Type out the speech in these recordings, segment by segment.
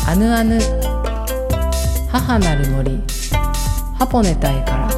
アヌアヌ母なる森ハポネタイから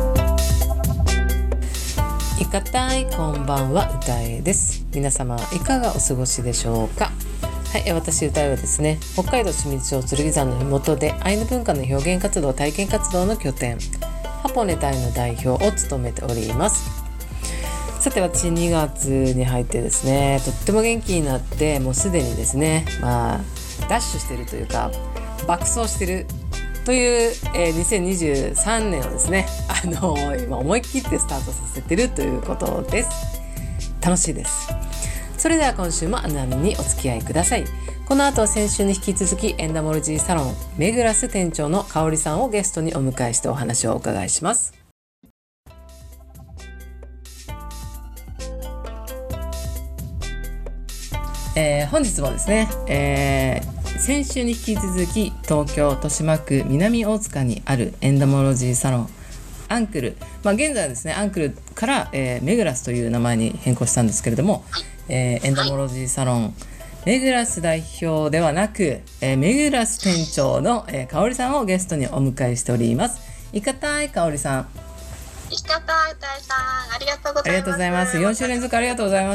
いかたい、こんばんは、歌えです。皆様いかがお過ごしでしょうか。はい、私歌えはですね、北海道清水町剣山の麓でアイヌ文化の表現活動体験活動の拠点ハポネタイの代表を務めております。さて、私2月に入ってですね、とっても元気になって、もうすでにですね、ダッシュしてるというか爆走してるという、2023年をですね、今思い切ってスタートさせてるということです。楽しいです。それでは今週もアヌアヌにお付き合いください。この後は先週に引き続きエンダモロジーサロンメグラス店長のかおりさんをゲストにお迎えしてお話をお伺いします。本日もですね、先週に引き続き東京豊島区南大塚にあるエンダモロジーサロンアンクル、現在はですねアンクルから、メグラスという名前に変更したんですけれども、エンダモロジーサロンメグラス代表ではなく、メグラス店長の、かおりさんをゲストにお迎えしております。いかたい、かおりさん。 いかたい、たいさん、ありがとうございます。 ありがとうございます。4週連続ありがとうございます。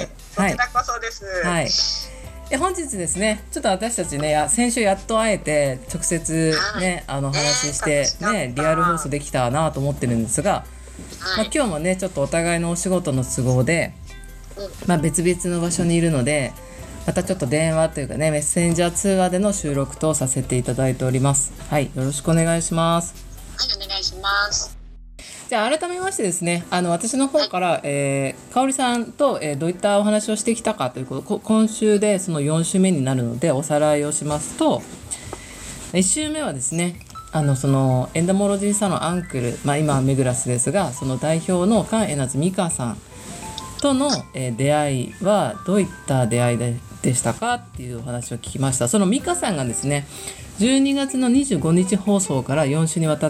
こちらこそです。 はい。本日ですね、ちょっと私たちね、先週やっと会えて直接ね、お話ししてね、リアル放送できたなと思ってるんですが、今日もねちょっとお互いのお仕事の都合で、別々の場所にいるので、またちょっと電話というかね、メッセンジャー通話での収録とさせていただいております。はい、よろしくお願いします。 はい、お願いします。 じゃあ改めましてですね、私の方から、かおりさんと、どういったお話をしてきたかということ、今週でその4週目になるのでおさらいをしますと、1週目はですね、そのエンダモロジーサロンアンクル、今はメグラスですが、その代表の菅江夏美香さんとの、出会いはどういった出会いでしたかっていうお話を聞きました。その美香さんがですね、12月の25日放送から4週にわたって、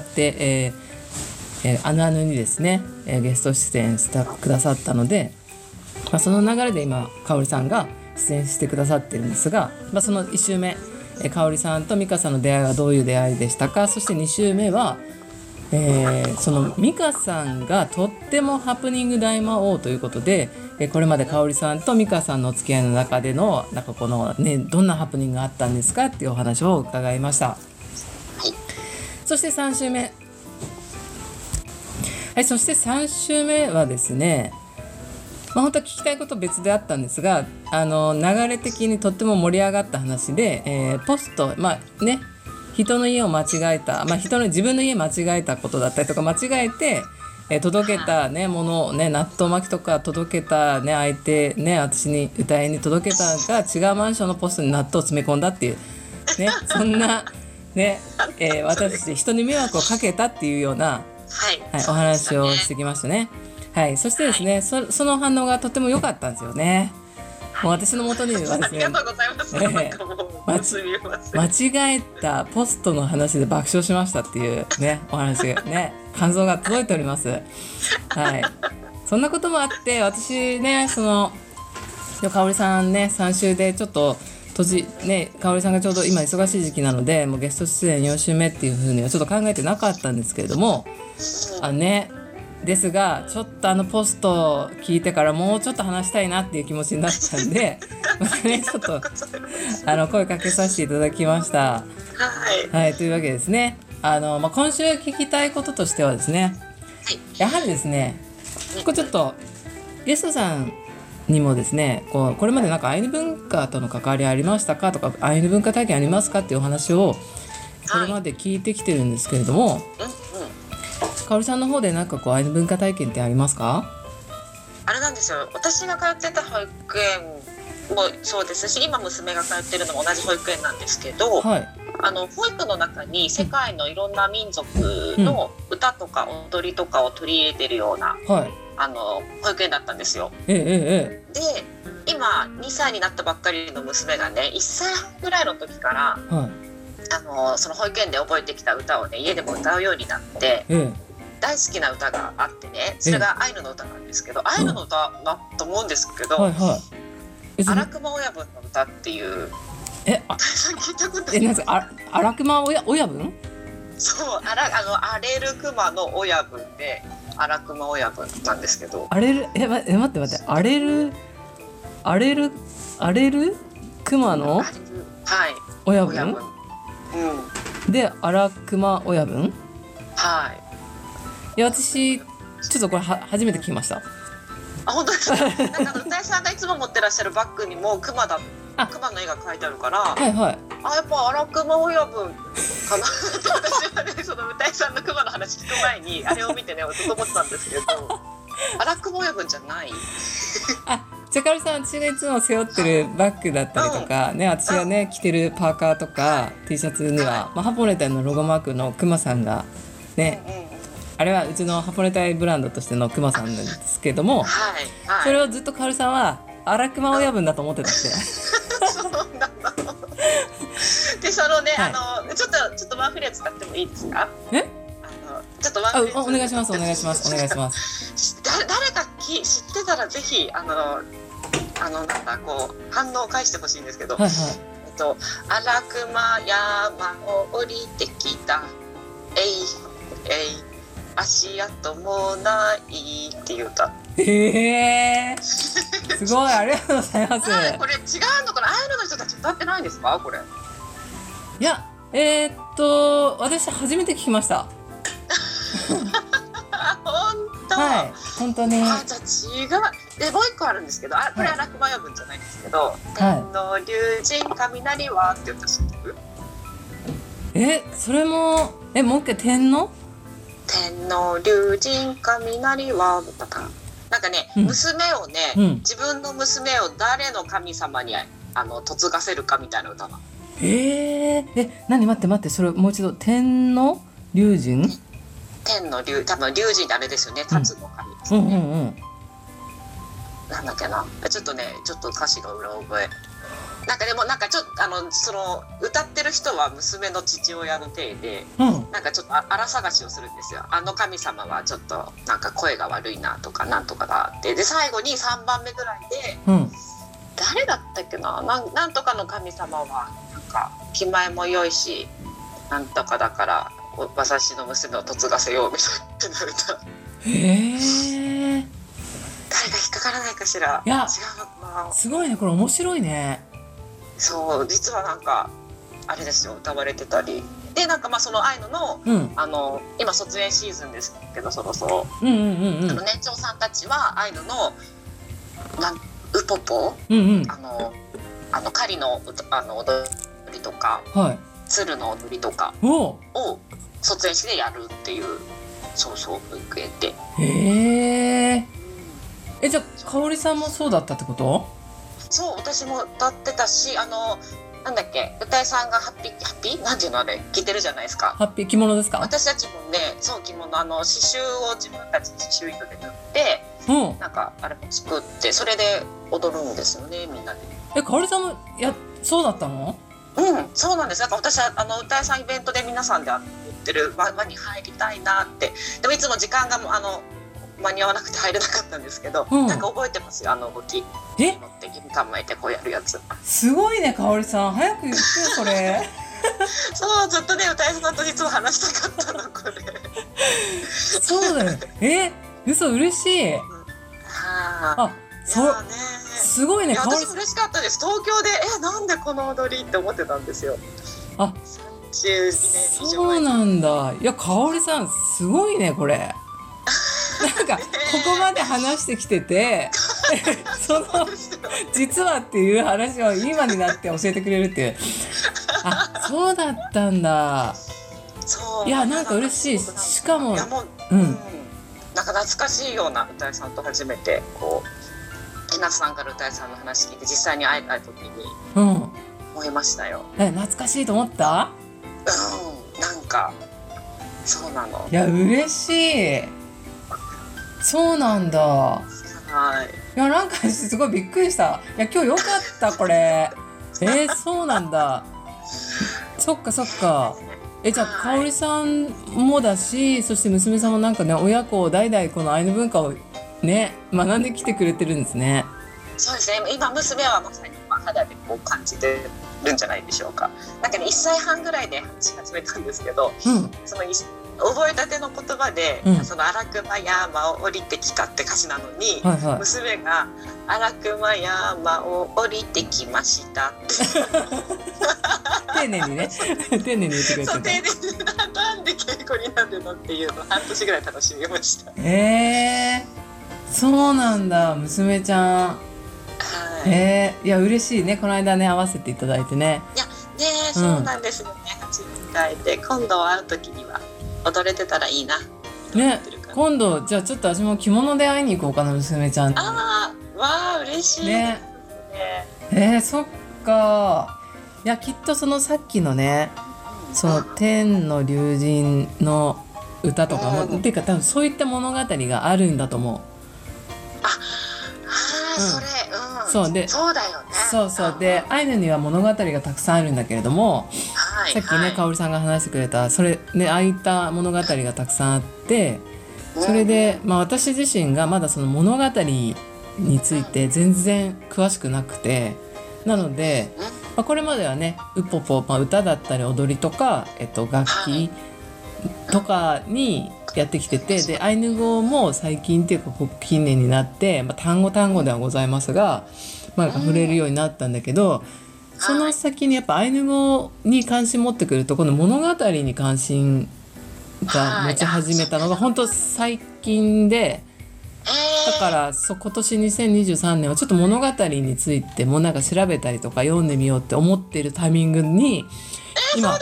アヌアヌにですね、ゲスト出演してくださったので、その流れで今かおりさんが出演してくださってるんですが、その1週目、かおりさんと美香さんの出会いはどういう出会いでしたか。そして2週目は、その美香さんがとってもハプニング大魔王ということで、これまでかおりさんと美香さんのお付き合いの中でのこの、どんなハプニングがあったんですかっていうお話を伺いました。そして3週目、そして3週目はですね、本当は聞きたいこと別であったんですが、流れ的にとっても盛り上がった話で、ポスト、人の家を間違えた、自分の家間違えたことだったりとか、間違えて、届けた、ものを、納豆巻きとか届けた、相手、私に歌いに届けたが違うマンションのポストに納豆を詰め込んだっていう、そんな、私たち人に迷惑をかけたっていうような、お話をしてきましたね。そしてですね、その反応がとても良かったんですよね。もう私の元にはですね、 ありがとうございます。 間違えたポストの話で爆笑しましたっていうね、お話がね、感想が届いております。そんなこともあって、私ね、かおりさんね、3週でちょっとかおりさんがちょうど今忙しい時期なので、もうゲスト出演4週目っていう風にはちょっと考えてなかったんですけれども、ですがちょっとポストを聞いてからもうちょっと話したいなっていう気持ちになったんでまたね、ちょっと声かけさせていただきました。というわけですね、今週聞きたいこととしてはですね、やはりですね、これちょっとゲストさんにもですね、これまでアイヌ文化との関わりありましたかとか、アイヌ文化体験ありますかっていうお話をこれまで聞いてきてるんですけれども、かおりさんの方でアイヌ文化体験ってありますか？ あれなんですよ、私が通ってた保育園もそうですし、今娘が通ってるのも同じ保育園なんですけど、保育の中に世界のいろんな民族の歌とか踊りとかを取り入れてるような、保育園だったんですよ。で、今2歳になったばっかりの娘がね、1歳半ぐらいの時から、その保育園で覚えてきた歌をね、家でも歌うようになって、大好きな歌があってね、それがアイヌの歌なんですけど、アイヌの歌だと思うんですけど、荒熊親分の歌っていう聞いたことない。 なんですか、荒熊親分？ そう、荒れる熊の親分で荒熊親分なんですけど。 荒れる待って荒れる熊の親分、で荒熊親分。 はい。 いや私ちょっとこれ初めて聞きました。 あ、本当ですか。なんか歌いさんがいつも持ってらっしゃるバッグにも熊の絵が描いてあるから、 はいはい、 やっぱ荒熊親分かなって私はね、その歌いさんの熊の話聞く前にあれを見てねずっと思ってたんですけど、荒熊親分じゃない。 じゃあかおりさん、私がいつも背負ってるバッグだったりとか、ね、私がね着てるパーカーとか T シャツには、ハポネタイのロゴマークのクマさんがね、あれはうちのハポネタイブランドとしてのクマさんなんですけども、それをずっとかおりさんは荒熊親分だと思ってたって。 そうなの。でそのね、ちょっとワンフレーズ使ってもいいですか？ちょっとワンフレーズお願いします。 誰か知ってたらぜひなんだこう反応を返してほしいんですけど、荒熊山を降りてきた足跡もないっていう歌。 すごい、ありがとうございます。 これ違うのかな、アイヌの人たち歌ってないんですかこれ？ いや、私初めて聞きました。本当に。 じゃあ違う。でもう一個あるんですけど、これは荒熊親分じゃないんですけど、天の龍神雷はって歌知ってる？ それももう一回天の龍神雷はのパターン。なんかね、娘をね、自分の娘を誰の神様に嫁がせるかみたいな歌なの。 何待ってそれもう一度。天の龍神？ 多分龍神ってあれですよね、龍の神ですね。なんだっけな、ちょっと歌詞が裏覚え。なんかでもちょっとその歌ってる人は娘の父親の体で、なんかちょっと荒探しをするんですよ。神様はちょっとなんか声が悪いなとかなんとかだって。で最後に3番目ぐらいで、誰だったっけな、なんとかの神様はなんか気前も良いしなんとかだから私の娘を嫁がせようみたいな歌。誰が引っかからないかしら。 いや、 違うのかな。 すごいね、これ面白いね。 そう、実はなんかあれですよ、歌われてたりで、なんかそのアイヌの、今卒園シーズンですけど、そろそろ年長さんたちはアイヌのウポポ、狩りの踊りとか、鶴の踊りとかを卒園式でやるっていう、保育園で。 じゃあかおりさんもそうだったってこと？ そう、私も歌ってたし、なんだっけ、歌いさんがハッピーなんていうのあれ着てるじゃないですか。 ハッピー着物ですか？ 私たちもね、そう着物刺繍を自分たちで刺繍糸で縫って、なんかあれも作ってそれで踊るんですよね、みんなで。 かおりさんもそうだったの？ そうなんです。なんか私は歌いさんイベントで皆さんで売ってる輪に入りたいなって。でもいつも時間が間に合わなくて入れなかったんですけど、なんか覚えてますよ、動き。乗って銀構えてこうやるやつ。 すごいね、かおりさん、早く言ってよそれ。 そう、ずっとね歌いさんと実は話したかったのこれ。 そうだよ。嘘、嬉しい。そうね。すごいね。 私も嬉しかったです。東京でなんでこの踊りって思ってたんですよ。32年以上。 そうなんだ。いや、かおりさんすごいねこれ。なんかここまで話してきててその実はっていう話を今になって教えてくれるっていう。そうだったんだ。いや、なんか嬉しい。しかもなんか懐かしいような歌いさんと初めてこう夏さんから歌いさんの話聞いて実際に会えた時に思いましたよ。 懐かしいと思った？ なんかそうなの。 いや、嬉しい。そうなんだ。いや、なんかすごいびっくりした。いや、今日よかったこれ。そうなんだ。そっか。じゃあかおりさんもだし、そして娘さんもなんかね、親子代々このアイヌ文化をね学んできてくれてるんですね。 そうですね。今娘はまさに肌でこう感じてるんじゃないでしょうか。なんかね1歳半ぐらいで話し始めたんですけど、その覚えたての言葉で、その荒熊山を降りてきたって歌詞なのに、娘が荒熊山を降りてきましたって丁寧にね丁寧に言ってくれてた。 そう、丁寧になんで稽古になるのっていうのを半年ぐらい楽しみました。 そうなんだ、娘ちゃん。いや嬉しいね、この間ね会わせていただいてね。 いやね、そうなんですよね、初回で今度会う時には踊れてたらいいなね。今度じゃあちょっと私も着物で会いに行こうかな、娘ちゃん。 わあ嬉しいね。 そっか。いやきっとそのさっきのね、その天の龍神の歌とかも、っていうか多分そういった物語があるんだと思う。そうで、そうだよね。そうで、アイヌには物語がたくさんあるんだけれども、さっきね香織さんが話してくれたそれね、ああいった物語がたくさんあって、それで、私自身がまだその物語について全然詳しくなくて、なので、これまではねウポポ、歌だったり踊りとか、楽器とかにやってきてて、でアイヌ語も最近っていうか近年になって、単語ではございますが、触れるようになったんだけど、その先にやっぱアイヌ語に関心持ってくると、この物語に関心が持ち始めたのが本当最近で、だから今年2023年はちょっと物語についてもなんか調べたりとか読んでみようって思っているタイミングに今、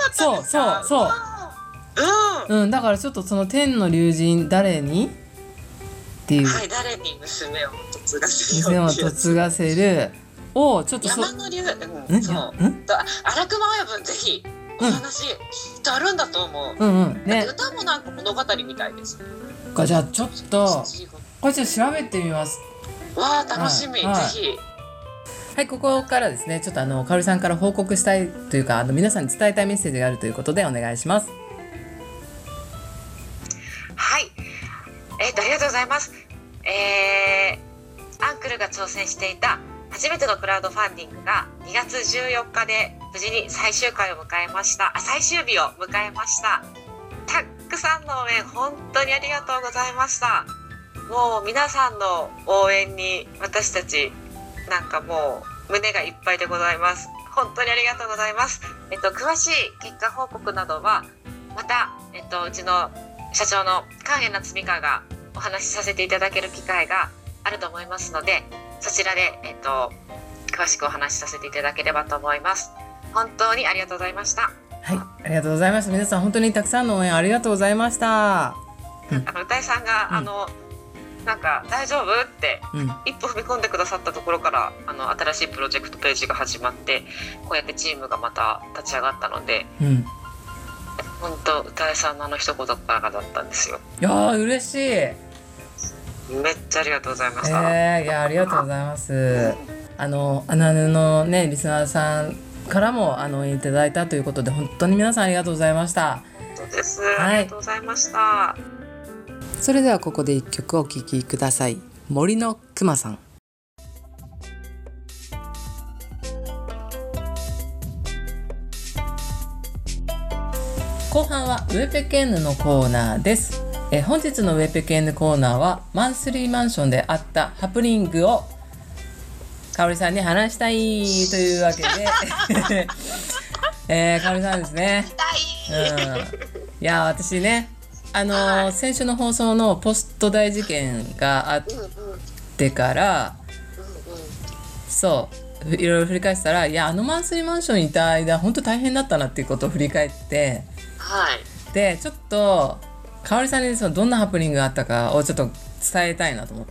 だからちょっとその天の龍神誰にっていう、 誰に娘を嫁がせるをちょっと山の龍、荒熊親分ぜひお話きっとあるんだと思う。だって歌もなんか物語みたいです。 じゃあちょっとこれちょっと調べてみます。 楽しみ、ぜひ。 はい、ここからですね、ちょっとかおりさんから報告したいというか、皆さんに伝えたいメッセージがあるということでお願いします。 はい、ありがとうございます。アンクルが挑戦していた初めてのクラウドファンディングが2月14日で無事に最終日を迎えました。たくさんの応援本当にありがとうございました。もう皆さんの応援に私たちなんかもう胸がいっぱいでございます。本当にありがとうございます。詳しい結果報告などはまた、うちの社長の関谷夏美香がお話しさせていただける機会があると思いますので、そちらで、詳しくお話しさせていただければと思います。本当にありがとうございました。 はい、ありがとうございました。皆さん本当にたくさんの応援ありがとうございました。 歌いさんが、なんか大丈夫って一歩踏み込んでくださったところから、新しいプロジェクトページが始まって、こうやってチームがまた立ち上がったので、本当歌いさんの一言からだったんですよ。 いや嬉しい。 めっちゃありがとうございました。 いやありがとうございます。アナヌのねリスナーさんからも応援いただいたということで、本当に皆さんありがとうございました。 そうです、ありがとうございました。 それではここで一曲お聴きください。森のくまさん。後半はウェペケンヌのコーナーです。本日のウェペケンヌコーナーはマンスリーマンションであったハプニングをかおりさんに話したいというわけでかおりさんですね。いや私ね先週の放送のポスト大事件があってから、そういろいろ振り返ってたら、いやマンスリーマンションにいた間本当大変だったなっていうことを振り返って、でちょっとかおりさんにそのどんなハプニングがあったかをちょっと伝えたいなと思って、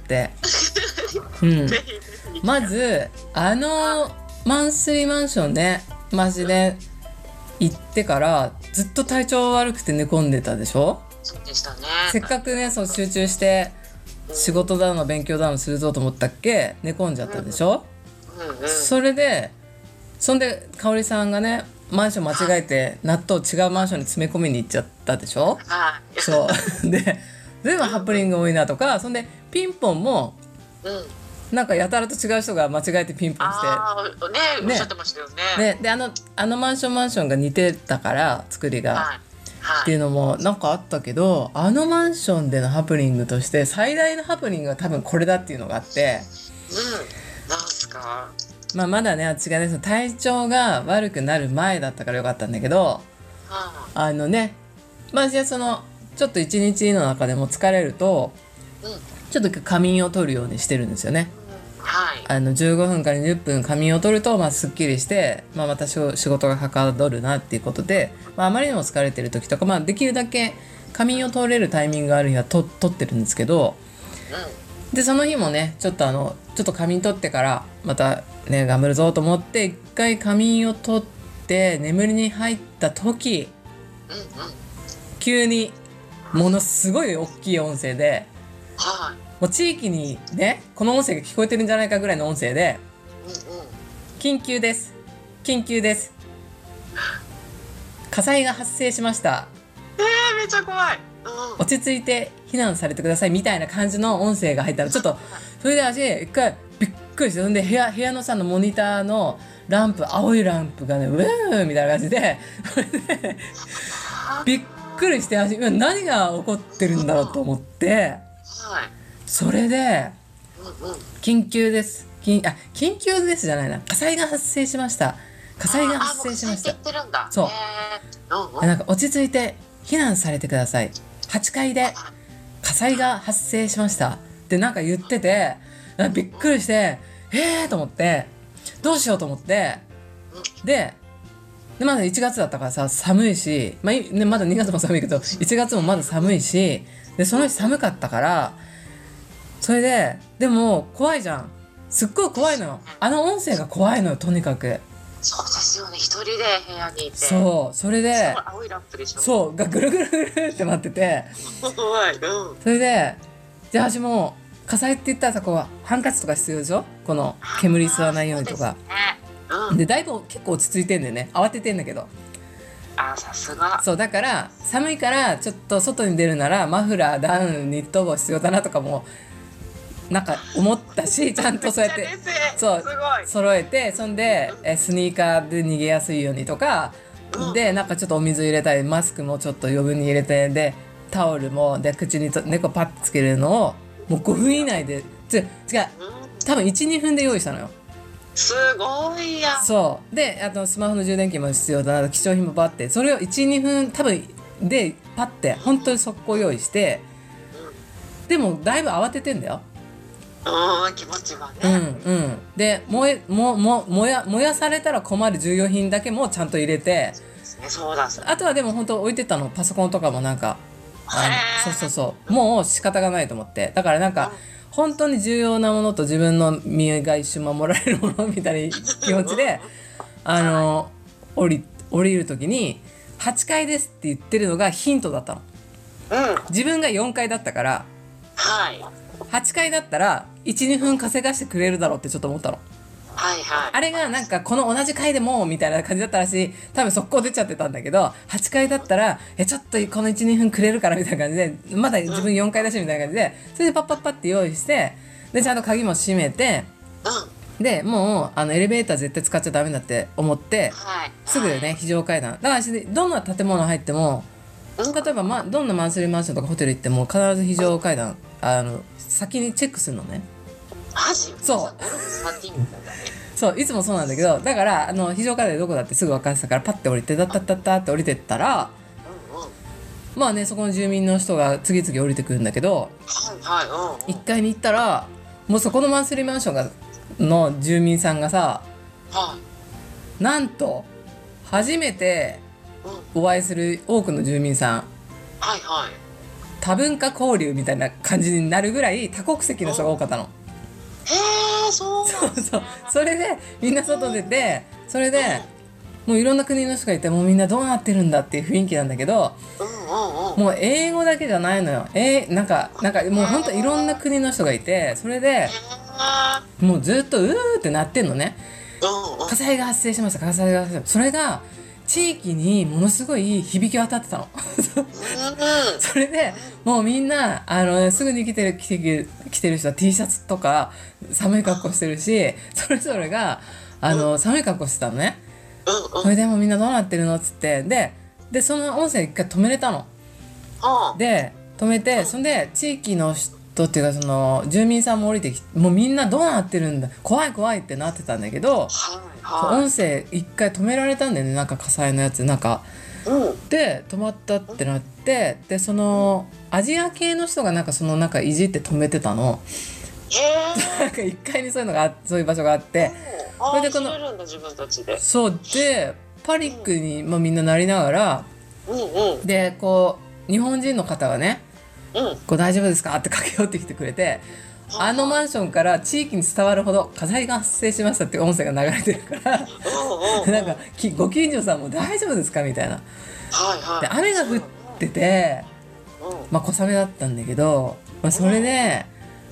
まずマンスリーマンションね、マジで行ってからずっと体調悪くて寝込んでたでしょ。 そうでしたね。 せっかくねそう集中して仕事だの勉強だのするぞと思ったっけ、寝込んじゃったでしょ。それでかおりさんがねマンション間違えて納豆違うマンションに詰め込みに行っちゃったでしょ。そうで随分ハプニング多いなとか、そんでピンポンも、 なんかやたらと違う人が間違えてピンポンしておっしゃってましたよね。 であのマンションが似てたから作りが、っていうのもなんかあったけど、あのマンションでのハプニングとして最大のハプニングが多分これだっていうのがあって、 なんすか。 まだね、私がね体調が悪くなる前だったからよかったんだけど、じゃあちょっと一日の中でも疲れると、ちょっと仮眠を取るようにしてるんですよね。15分から20分仮眠を取ると、すっきりして、また仕事がはかどるなっていうことで、あまりにも疲れてる時とか、できるだけ仮眠を取れるタイミングがある日は取ってるんですけど、でその日もねちょっと仮眠取ってからまたね頑張るぞと思って一回仮眠を取って眠りに入った時、急にものすごい大きい音声で、もう地域にねこの音声が聞こえてるんじゃないかぐらいの音声で、緊急です緊急です、火災が発生しました、 めっちゃ怖い、 落ち着いて避難されてくださいみたいな感じの音声が入ったら、ちょっとそれで私一回びっくりして、そんで部屋のモニターのランプ、青いランプがねウーンみたいな感じで、それでびっくりして、今何が起こってるんだろうと思って、それで緊急です緊急ですじゃないな、火災が発生しました、火災が発生しました、そうなんか落ち着いて避難されてください、8階で火災が発生しましたってなんか言ってて、びっくりしてと思って、どうしようと思って、でまだ1月だったからさ寒いし、まだ2月も寒いけど1月もまだ寒いし、でその日寒かったから、それででも怖いじゃん、すっごい怖いのよ、あの音声が怖いのよ、とにかく。 そうですよね、一人で部屋にいて、 それで青いランプでしょ、 そうがぐるぐるぐるってなってて、 怖い、 それでじゃあ私も火災って言ったらさ、こうハンカチとか必要でしょ、この煙吸わないようにとかで、だいぶ結構落ち着いてんだよね、慌ててんだけど、 さすが。 そうだから寒いからちょっと外に出るならマフラー、ダウン、ニット帽必要だなとかもなんか思ったし、ちゃんとそうやってそう揃えて、そんでスニーカーで逃げやすいようにとか、でなんかちょっとお水入れたり、マスクもちょっと余分に入れて、でタオルもで口に猫パッてつけるのをもう5分以内で違う多分 1,2 分で用意したのよ。 すごいや。 そうで、あとスマホの充電器も必要だな、貴重品もパッて、それを 1,2 分多分でパッて本当に速攻用意して、でもだいぶ慌ててんだよ、 気持ちがね。 で燃やされたら困る重要品だけもちゃんと入れて、あとはでも本当置いてたの、パソコンとかもなんかそうもう仕方がないと思って、だからなんか本当に重要なものと自分の身が一瞬守られるものみたいな気持ちで降りる時に8階ですって言ってるのがヒントだったの、自分が4階だったから、8階だったら 1,2 分稼がしてくれるだろうってちょっと思ったの。あれがなんかこの同じ階でもみたいな感じだったらし、多分速攻出ちゃってたんだけど、8階だったらちょっとこの 1,2 分くれるからみたいな感じで、まだ自分4階だしみたいな感じで、それでパッパッパッって用意して、でちゃんと鍵も閉めて、でもうエレベーター絶対使っちゃダメだって思って、すぐね非常階段だから、どんな建物入っても、例えば、どんなマンスリーマンションとかホテル行っても必ず非常階段先にチェックするのね。そういつもそうなんだけど、だから非常階段でどこだってすぐ分かってたから、パッて降りてタッタッタッタって降りてったら、そこの住民の人が次々降りてくるんだけど、1階に行ったらもうそこのマンスリーマンションの住民さんがさ、なんと初めてお会いする多くの住民さん、多文化交流みたいな感じになるぐらい多国籍の人が多かったの。そうそれでみんな外出て、それでもういろんな国の人がいて、もうみんなどうなってるんだっていう雰囲気なんだけど、もう英語だけじゃないのよ。なんかもうほんといろんな国の人がいて、それでもうずっとうーってなってんのね。火災が発生しました、火災が発生。それが地域にものすごい響き渡ってたのそれでもうみんなすぐに来てる人は T シャツとか寒い格好してるし、それぞれが寒い格好してたのね。それでもうみんなどうなってるのっつって、でその音声一回止めれたの。で止めて、そんで地域の人っていうかその住民さんも降りてきて、もうみんなどうなってるんだ、怖い怖いってなってたんだけど、音声一回止められたんだよね、なんか火災のやつなんか。で止まったってなって、でそのアジア系の人がなんかその中いじって止めてたの。なんか一階にそういう場所があって、 それでこのそうでパニックに、みんななりながら、でこう日本人の方がね、こう大丈夫ですかって駆け寄ってきてくれて、マンションから地域に伝わるほど火災が発生しましたっていう音声が流れてるからなんかご近所さんも大丈夫ですかみたいな。で雨が降ってて、小雨だったんだけど、それで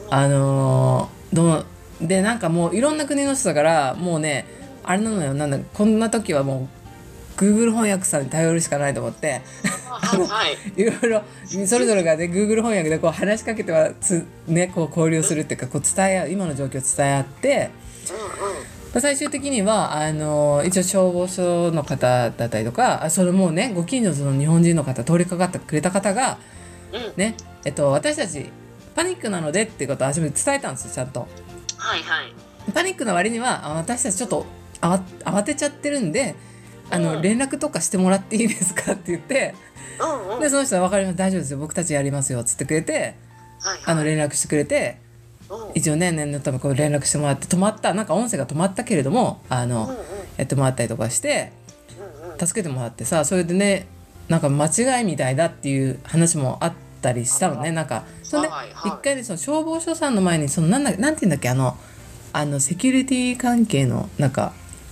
でなんかもういろんな国の人だから、もうねあれなのよ、なんだこんな時はもう Google 翻訳さんに頼るしかないと思っていろいろそれぞれがね Google 翻訳でこう話しかけてはこう交流するっていうか、こう今の状況を伝え合って、最終的には一応消防署の方だったりとか、それもうねご近所の日本人の方、通りかかってくれた方が、ね私たちパニックなのでっていうことを初めて伝えたんですよ、ちゃんと。パニックの割には私たちちょっと慌てちゃってるんで連絡とかしてもらっていいですかって言って、でその人は分かります、大丈夫ですよ、僕たちやりますよっつってくれて、連絡してくれて、一応念のためこう連絡してもらって、止まった、なんか音声が止まったけれどもやってもらったりとかして助けてもらってさ、それでねなんか間違いみたいだっていう話もあったりしたのね。なんかそんで一回でその消防署さんの前にそのなんて言うんだっけ、セキュリティ関係のなんか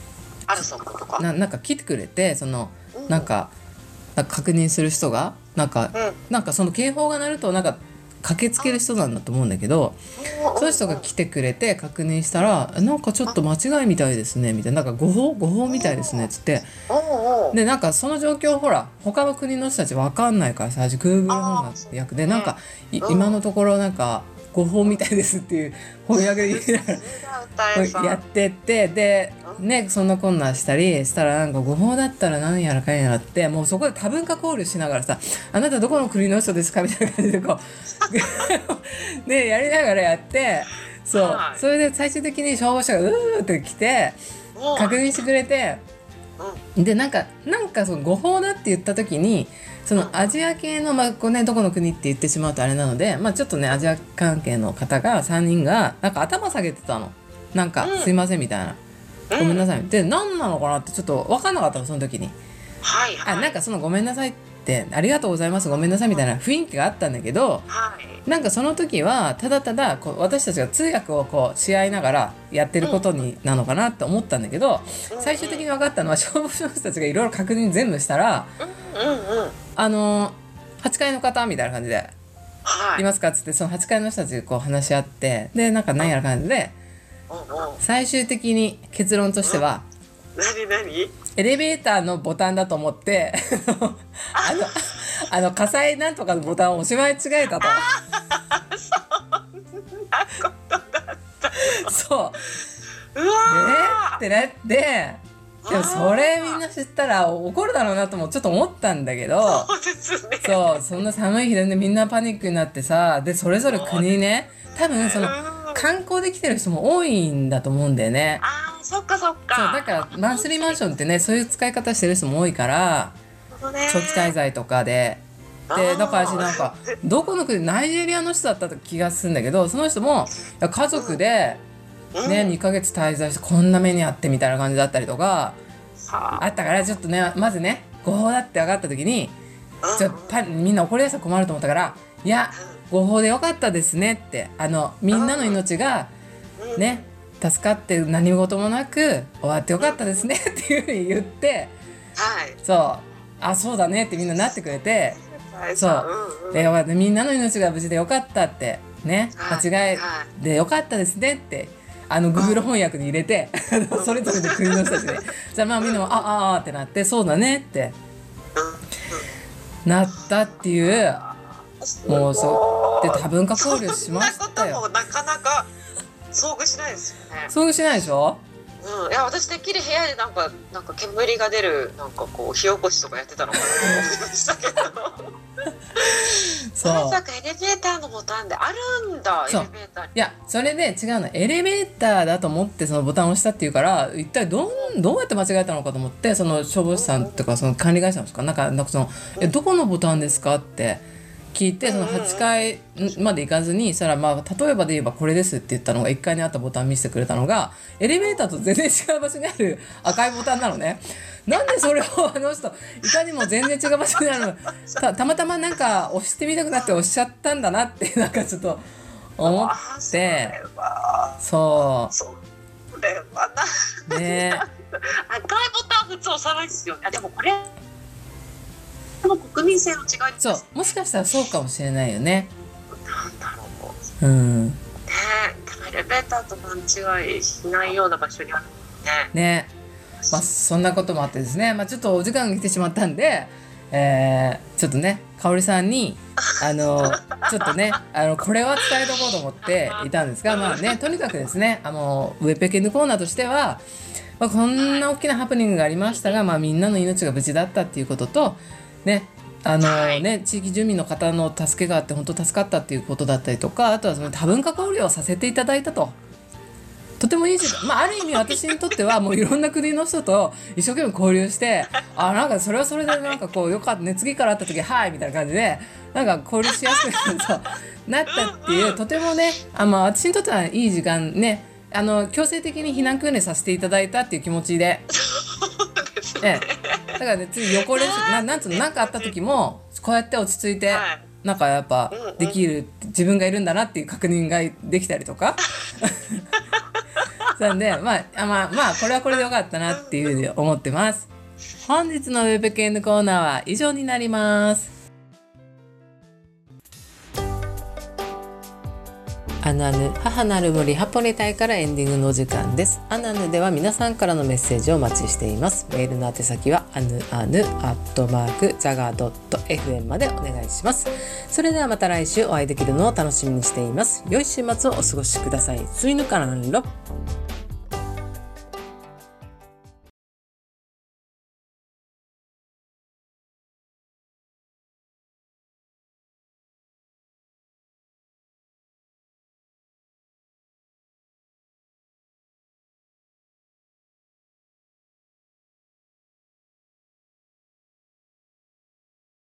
来てくれて、そのなんか確認する人がなんかその警報が鳴るとなんか駆けつける人なんだと思うんだけど、そういう人が来てくれて確認したら、なんかちょっと間違いみたいですねみたいな、なんか誤報みたいですねっつって、でなんかその状況ほら他の国の人たち分かんないからさ、Google 翻訳でなんか今のところなんか誤報みたいですっていう翻訳で言いながらやってって、でねそんなこんなしたらなんか誤報だったら何やらかんやらって、もうそこで多文化交流しながらさ、あなたどこの国の人ですかみたいな感じでこうねやりながらやって、それで最終的に消防車がーって来て確認してくれて、でなんかその誤報だって言った時に、そのアジア系の、どこの国って言ってしまうとあれなので、ちょっとねアジア関係の方が3人がなんか頭下げてたの、なんかすいませんみたいな、ごめんなさいで、何なのかなってちょっと分かんなかったのその時に。なんかそのごめんなさいってありがとうございますごめんなさいみたいな雰囲気があったんだけど、なんかその時はただただこう私たちが通訳をこうし合いながらやってることになのかなって思ったんだけど、最終的に分かったのは消防署の人たちがいろいろ確認全部したら、8階の方みたいな感じで、いますかっつって、その8階の人たちでこう話し合って、でなんか何やら感じで、最終的に結論としては、エレベーターのボタンだと思って火災なんとかのボタンを押し間違えたとそんなことだったそう、 うわってなって、でもそれみんな知ったら怒るだろうなともちょっと思ったんだけど、 そうですね、 そんな寒い日で、ね、みんなパニックになってさ、でそれぞれ国ね、多分その観光で来てる人も多いんだと思うんだよね。 そっかそうだからマンスリーマンションってね、そういう使い方してる人も多いから、長期滞在とかでだから私なんかどこの国、ナイジェリアの人だった気がするんだけど、その人も家族でね、2ヶ月滞在してこんな目にあってみたいな感じだったりとかあったから、ちょっとねまずね誤報だって分かった時にみんな怒り出したら困ると思ったから、いや誤報でよかったですねって、みんなの命がね助かって何事もなく終わってよかったですねっていうふうに言って、そうだねってみんななってくれて、でみんなの命が無事でよかったってね、間違いでよかったですねって Google 翻訳に入れてそれぞれの国の人たちでじゃあまあみんなもあってなってそうだねってなったっていうもうそうで多文化交流しましたよ。 そんなこともなかなか遭遇しないですよね。 遭遇しないでしょ。 いや私てっきり部屋でなんか煙が出るなんかこう火起こしとかやってたのかなと思いましたけどそうまさかエレベーターのボタンであるんだ。エレベーターにいやそれで違うのエレベーターだと思ってそのボタンを押したっていうから一体どうやって間違えたのかと思ってその消防士さんとかその管理会社の人かなんかそのどこのボタンですかって聞いてその8階まで行かずにそしたらまあ例えばで言えばこれですって言ったのが1階にあったボタン見せてくれたのがエレベーターと全然違う場所にある赤いボタンなのね。なんでそれをあの人いかにも全然違う場所にあるのたまたまなんか押してみたくなって押しちゃったんだなってなんかちょっと思ってそうれはなね赤いボタン普通押さないですよね。でもこれ国民性の違いそうもしかしたらそうかもしれないよね。 なんだろうねエレベーターと勘違いしないような場所にあるねまあそんなこともあってですね、まあ、ちょっとお時間が来てしまったんで、ちょっとねかおりさんにちょっとねこれは伝えとこうと思っていたんですがまあねとにかくですねウェペケヌコーナーとしては、まあ、こんな大きなハプニングがありましたが、まあ、みんなの命が無事だったっていうこととね地域住民の方の助けがあって本当助かったっていうことだったりとかあとはその多文化交流をさせていただいたととてもいい時間、まあ、ある意味私にとってはもういろんな国の人と一生懸命交流してなんかそれはそれでなんかこうよかったね次から会った時はいみたいな感じでなんか交流しやすくなったっていうとてもね私にとってはいい時間ね強制的に避難訓練させていただいたっていう気持ちで。だからね次横練習なんつうのなんかあった時もこうやって落ち着いて、なんかやっぱできる自分がいるんだなっていう確認ができたりとかなんでまあこれはこれでよかったなっていうふうに思ってます。本日のウェブ系のコーナーは以上になります。アナヌ母なる森ハポネ隊からエンディングのお時間です。アナヌでは皆さんからのメッセージをお待ちしています。メールの宛先はanu@jaga.fm までお願いします。それではまた来週お会いできるのを楽しみにしています。良い週末をお過ごしください。スイヌカランロ